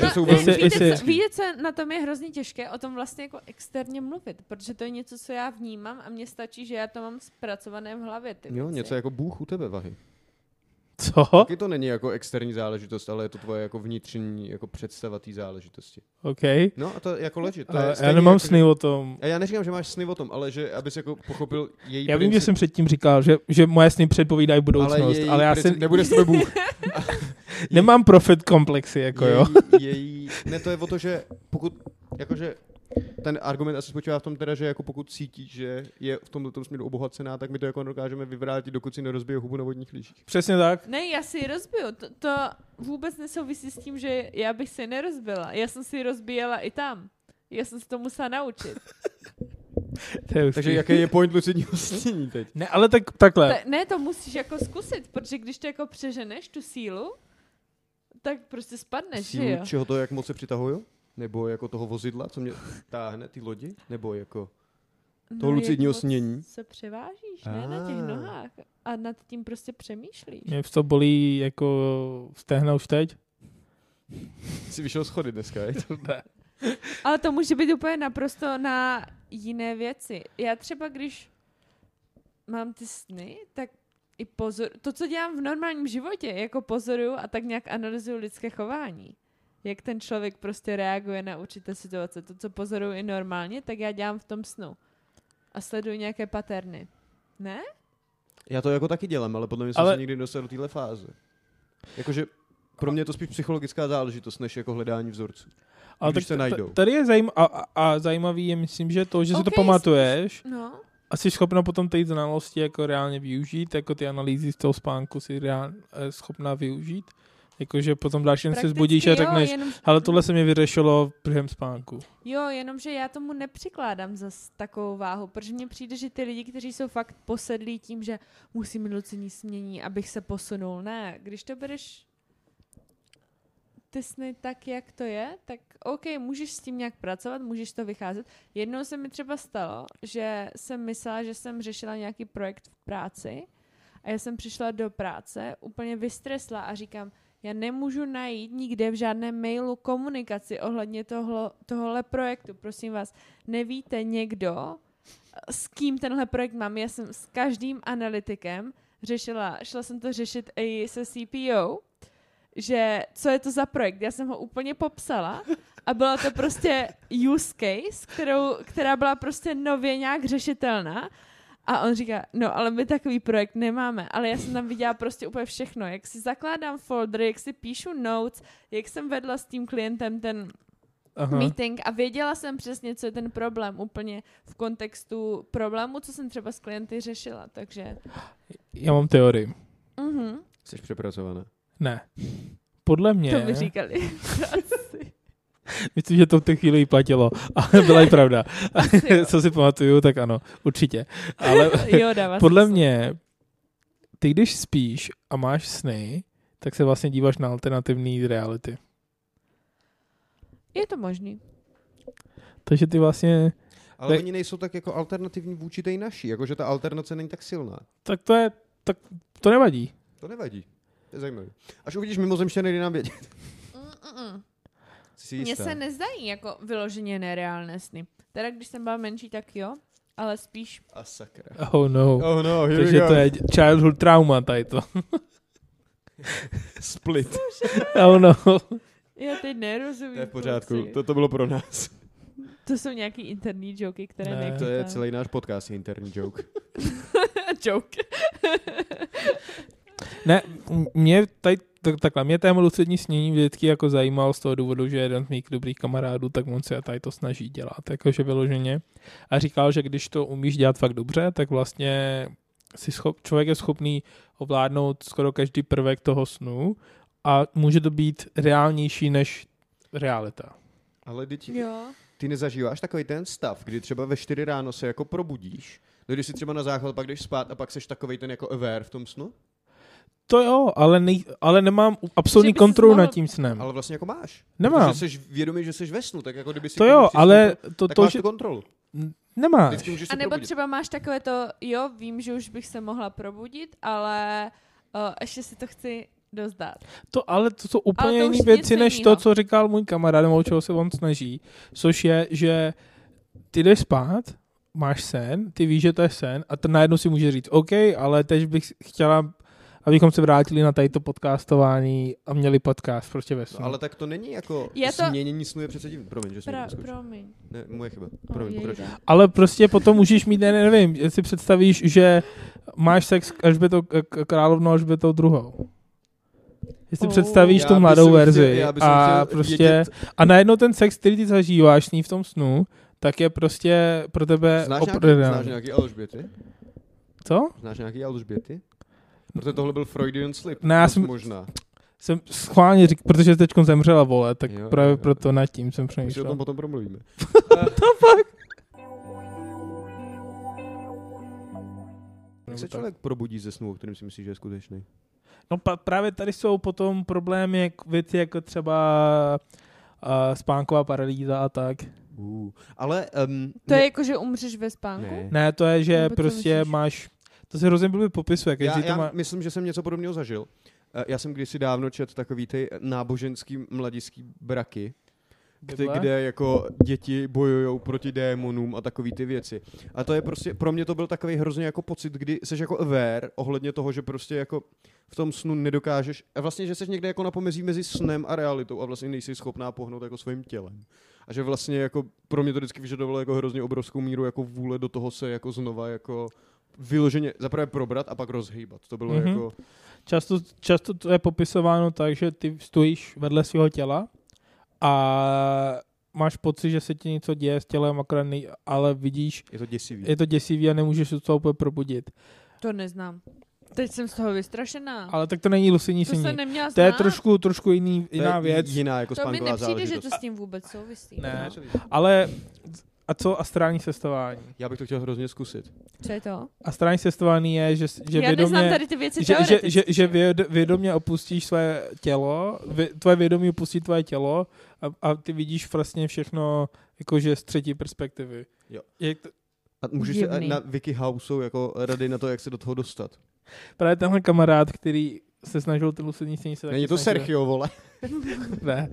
víte, co na tom je hrozně těžké, o tom vlastně jako externě mluvit, protože to je něco, co já vnímám a mně stačí, že já to mám zpracované v hlavě. Jo, něco jako Bůh u tebe, Vahy. Co? Taky to není jako externí záležitost, ale je to tvoje jako vnitřní jako představa té záležitosti. OK. No a to jako legit. To já nemám jako, sny o tom. A já neříkám, že máš sny o tom, ale že abys jako pochopil její Já vím, že jsem předtím říkal, že moje sny předpovídají budoucnost, ale já si... Nebude s tebe Bůh. Nemám profit komplexy, jako jo. Ne, to je o to, že pokud, jakože ten argument asi spočívá v tom teda, že jako pokud cítíš, že je v tomto směru obohacená, tak my to jako dokážeme vyvrátit, dokud si nerozbije hubu na vodních lyžích. Přesně tak. Ne, já si ji rozbiju. To vůbec nesouvisí s tím, že já bych si nerozbila. Já jsem si ji rozbíjela i tam. Já jsem se to musela naučit. Takže jaký je point lucidního snění teď? Ne, ale takhle. Ne, to musíš jako zkusit, protože když to jako přeženeš, tu sílu, tak prostě spadneš, sílu, že jo? Čeho to, jak moc se přitahuju? Nebo jako toho vozidla, co mě táhne, ty lodi? Nebo jako toho lucidního snění? Se převážíš, ne na těch nohách. A nad tím prostě přemýšlíš. Mě to bolí jako stehna už teď. Jsi vyšel schody dneska, je? Ale to může být úplně naprosto na jiné věci. Já třeba, když mám ty sny, tak i to, co dělám v normálním životě, jako pozoruju a tak nějak analyzuju lidské chování. jak ten člověk prostě reaguje na určité situace. To, co pozoruju i normálně, tak já dělám v tom snu. A sleduju nějaké paterny. Ne? Já to jako taky dělám, ale podle mě jsem se nikdy dostal do téhle fáze. Jakože pro mě je to spíš psychologická záležitost, než jako hledání vzorců. Ale když se najdou. Tady je zajímavý je, myslím, že to, že si to pamatuješ a jsi schopna potom ty znalosti jako reálně využít, jako ty analýzy z toho spánku si schopná využít. Jakože potom další den se zbudíš a řekneš, ale tohle se mi vyřešilo během spánku. Jo, jenomže já tomu nepřikládám zas takovou váhu, protože mně přijde, že ty lidi, kteří jsou fakt posedlí tím, že musí mít lucidní smění, abych se posunul. Ne, když to bereš ty sny tak, jak to je, tak OK, můžeš s tím nějak pracovat, můžeš to vycházet. Jednou se mi třeba stalo, že jsem myslela, že jsem řešila nějaký projekt v práci a já jsem přišla do práce úplně vystresla a říkám, já nemůžu najít nikde v žádném mailu komunikaci ohledně tohohle projektu. Prosím vás, nevíte někdo, s kým tenhle projekt mám? Já jsem s každým analytikem šla jsem to řešit i se CPO, že co je to za projekt. Já jsem ho úplně popsala a byla to prostě use case, která byla prostě nově nějak řešitelná. A on říká, no ale my takový projekt nemáme, ale já jsem tam viděla prostě úplně všechno, jak si zakládám folder, jak si píšu notes, jak jsem vedla s tím klientem ten meeting a věděla jsem přesně, co je ten problém úplně v kontextu problému, co jsem třeba s klienty řešila, takže... Já mám teorii. Jsi přepracovaná? Ne. Podle mě... To mi říkali. Myslím, že to v té chvíli platilo. Ale byla i pravda. Co si pamatuju, tak ano, určitě. Ale jo, podle mě, ty když spíš a máš sny, tak se vlastně díváš na alternativní reality. Je to možný. Takže ty vlastně... Ale oni nejsou tak jako alternativní vůči té naší, jakože ta alternace není tak silná. Tak to nevadí. To nevadí. To je zajímavé. Až uvidíš mimozemštěny, kdy nám vědět. Mně se nezdají jako vyloženě nereálné sny. Teda když jsem byla menší, tak jo, ale spíš... A sakra. Oh no, here takže to je childhood trauma tady to. Split. Oh no. Já teď nerozumím. To je v pořádku, to bylo pro nás. To jsou nějaký interní joky, které nechytám. To je celý náš podcast, je interní joke. Joke. Ne, mě téma lucidní snění vždycky jako zajímal z toho důvodu, že jeden z mých dobrých kamarádů, tak on se tady to snaží dělat, jakože vyloženě. A říkal, že když to umíš dělat fakt dobře, tak vlastně člověk je schopný ovládnout skoro každý prvek toho snu a může to být reálnější než realita. Ale ty nezažíváš takový ten stav, kdy třeba ve 4 ráno se jako probudíš, no když si třeba na záchod pak jdeš spát a pak seš takovej ten jako aware v tom snu? To jo, ale nemám absolutní kontrolu nad tím snem. Ale vlastně jako máš. Nemám. Protože jsi vědomý, že jsi ve snu, tak jako kdyby si... To jo, ale tak máš tu kontrolu. Nemáš. A nebo třeba máš takové to, jo, vím, že už bych se mohla probudit, ale ještě si to chci dozdát. To jsou úplně jiné věci, než to, co říkal můj kamarád, nebo čeho se on snaží. Což je, že ty jdeš spát, máš sen, ty víš, že to je sen a to najednou si může říct, OK, ale teď bych chtěla, abychom se vrátili na tadyto podcastování a měli podcast prostě ve snu. No, ale tak to není jako změnění snu je přece divný. Promiň, že jsem Promiň. Ne, moje chyba. Promiň, pokračuj. Ale prostě potom můžeš mít, nevím, jestli představíš, že máš sex Alžbětou královnou Alžbětou druhou. Jestli představíš tu mladou verzi a prostě a najednou ten sex, který ty zažíváš s ní v tom snu, tak je prostě pro tebe Znáš nějaký Alžběty? Co? Znáš nějaký Alžběty? Protože tohle byl Freudian slip. Ne, já jsem schválně říkal, protože teď zemřela, vole, tak jo, právě proto nad tím jsem přemýšlel. Už si o tom potom promluvíme. To fakt. Jak se člověk probudí ze snu, o kterém si myslíš, že je skutečný? No právě tady jsou potom problémy, věci jako třeba spánková paralýza a tak. Ale... to je jako, že umřeš ve spánku? Ne, to je, že prostě máš... To se hrozně blbě popisuje. Já myslím, že jsem něco podobného zažil. Já jsem kdysi dávno četl takový ty náboženský mladistý braky, kde jako děti bojujou proti démonům a takový ty věci. A to je prostě, pro mě to byl takový hrozně jako pocit, kdy seš jako aware ohledně toho, že prostě jako v tom snu nedokážeš, a vlastně, že seš někde jako na pomezí mezi snem a realitou a vlastně nejsi schopná pohnout jako svým tělem. A že vlastně jako pro mě to vždycky vyžadovalo jako hrozně obrovskou míru jako vůle do toho se jako znova jako vyloženě zaprvé probrat a pak rozhýbat. To bylo jako... Často to je popisováno tak, že ty stojíš vedle svého těla a máš pocit, že se ti něco děje s tělem, akorát ale vidíš... Je to děsivý a nemůžeš se to úplně probudit. To neznám. Teď jsem z toho vystrašená. Ale tak to není lucidní snění. To se neměla znát. To je trošku jiná věc. Jiná jako to mi nepřijde, záležitost. že to s tím vůbec souvisí. Ne, ale a co astrální cestování? Já bych to chtěl hrozně zkusit. Co je to? Astrální cestování je, že já vědomě... neznám tady ty věci že vědomě opustíš své tělo, tvoje vědomí opustí tvoje tělo a ty vidíš vlastně všechno jakože z třetí perspektivy. Jo. A můžeš se na WikiHouseu jako rady na to, jak se do toho dostat. Právě tenhle kamarád, který se snažil ten lucidní snění se taky Není to snažil. Sergio, vole. Ne.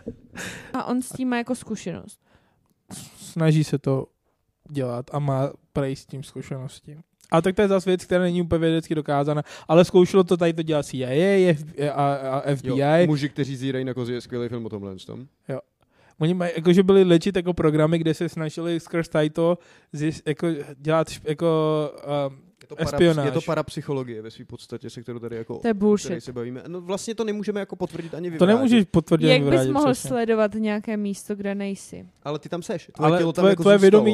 A on s tím má jako zkušenost. Snaží se to dělat a má prej s tím zkušenosti. A tak to je zase věc, která není úplně vědecky dokázána, ale zkoušelo to tady to dělat CIA a FBI. Jo, muži, kteří zírají na kozi, je skvělý film o tomhle tom. Jo. Oni mají, jakože byly legit jako programy, kde se snažili skrz tady to jako dělat jako espionáž. Je to parapsychologie ve své podstatě, se kterou tady jako to je bullshit. Se bavíme. No vlastně to nemůžeme jako potvrdit ani vyvrátit. To nemůžeš potvrdit jak ani vyvrátit. Jak bys mohl přesně sledovat nějaké místo, kde nejsi? Ale ty tam seš. Ale tvoje vědomí...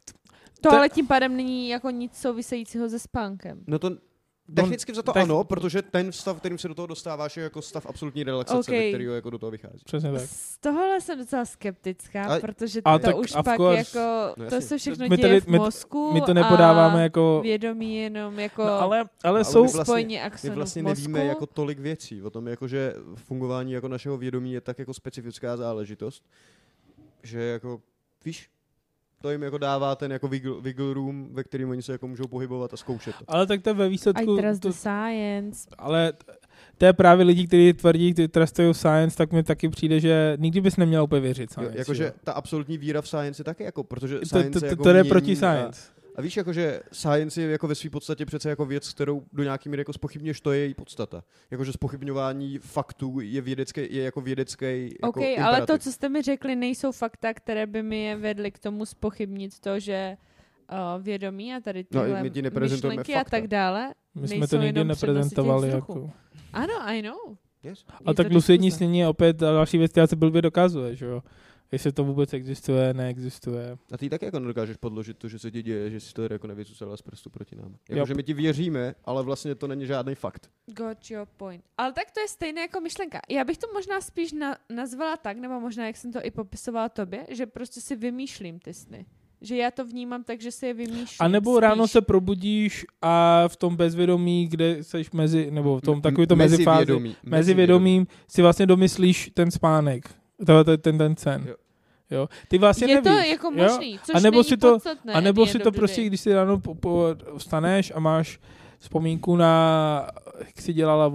Ale tím pádem není jako nic souvisejícího se spánkem. No to technicky za to ano, protože ten stav, kterým se do toho dostáváš, je jako stav absolutní relaxace, ve kterého jako do toho vychází. Přesně tak. Z tohohle jsem docela skeptická, protože to už pak jako, no to se všechno děje v mozku my to nepodáváme a jako... vědomí jenom jako ale jsou spojení axonů my vlastně v mozku. nevíme jako tolik věcí o tom, jako, že fungování jako našeho vědomí je tak jako specifická záležitost, že jako, víš, to jim jako dává ten jako wiggle room, ve kterým oni se jako můžou pohybovat a zkoušet to. Ale tak to je ve výsledku... I trust the science. Ale to je právě lidi, kteří tvrdí, kteří trustují science, tak mi taky přijde, že nikdy bys neměl úplně věřit science. Jakože ta absolutní víra v science je taky jako, protože science jako to je proti science. A víš, jakože science je jako ve své podstatě přece jako věc, kterou do nějaký míry jako zpochybňuješ, to je její podstata. Jakože zpochybňování faktů je jako vědecký jako imperativ. Ale to, co jste mi řekli, nejsou fakta, které by mi je vedly k tomu zpochybnit to, že vědomí a tady tyhle myšlenky a tak dále. My jsme to nikdy neprezentovali jako... Ano, I know. Yes. A tak lucidní snění je opět další věc, která se blbě dokazuje, že jo? Jestli to vůbec existuje, neexistuje. A ty taky jako nedokážeš podložit to, že se ti děje, že si to jako nevycucala z prstu proti nám. Jakože my ti věříme, ale vlastně to není žádný fakt. Got your point. Ale tak to je stejné jako myšlenka. Já bych to možná spíš nazvala tak, nebo možná jak jsem to i popisovala tobě, že prostě si vymýšlím ty sny. Že já to vnímám tak, že si je vymýšlím. A nebo spíš. ráno se probudíš a v tom bezvědomí, kde seš mezi, nebo v tom takový to mezifázi, mezivědomím si vlastně domyslíš ten spánek. Ten sen. Jo. Ty vlastně je nevíš. To jako možný, což a nebo není si to, podstatné. A nebo si to prostě, když si ráno vstaneš a máš vzpomínku na, jak jsi dělala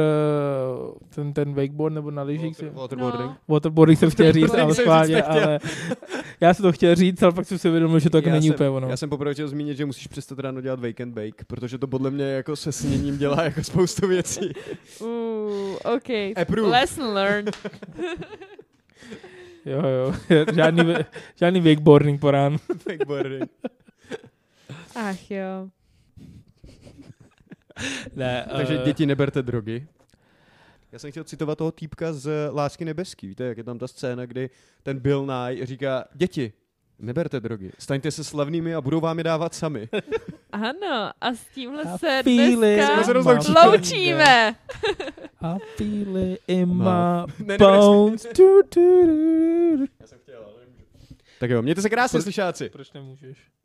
ten wakeboard nebo na lyžích. Waterboarding. Waterboarding jsem chtěl říct, ale schválně, ale já jsem to chtěl říct, ale pak jsem si uvědomil, že to jako není úplně ono. Já jsem poprvé chtěl zmínit, že musíš přestat ráno dělat wake and bake, protože to podle mě jako se sněním dělá jako spoustu věcí. Okay. Approve. Lesson learned. Jo. Žádný wakeboarding po ránu. Wakeboarding. Ach jo. Ne, takže děti, neberte drogy. Já jsem chtěl citovat toho týpka z Lásky nebeský. Víte, jak je tam ta scéna, kdy ten Bill Nye říká, děti, neberte drogy, staňte se slavnými a budou vám je dávat sami. Ano, a s tímhle se dneska loučíme. I feel it in my bones. Já jsem chtěl, ale nemůžu. Tak jo, mějte se krásně, slyšáci. Proč nemůžeš?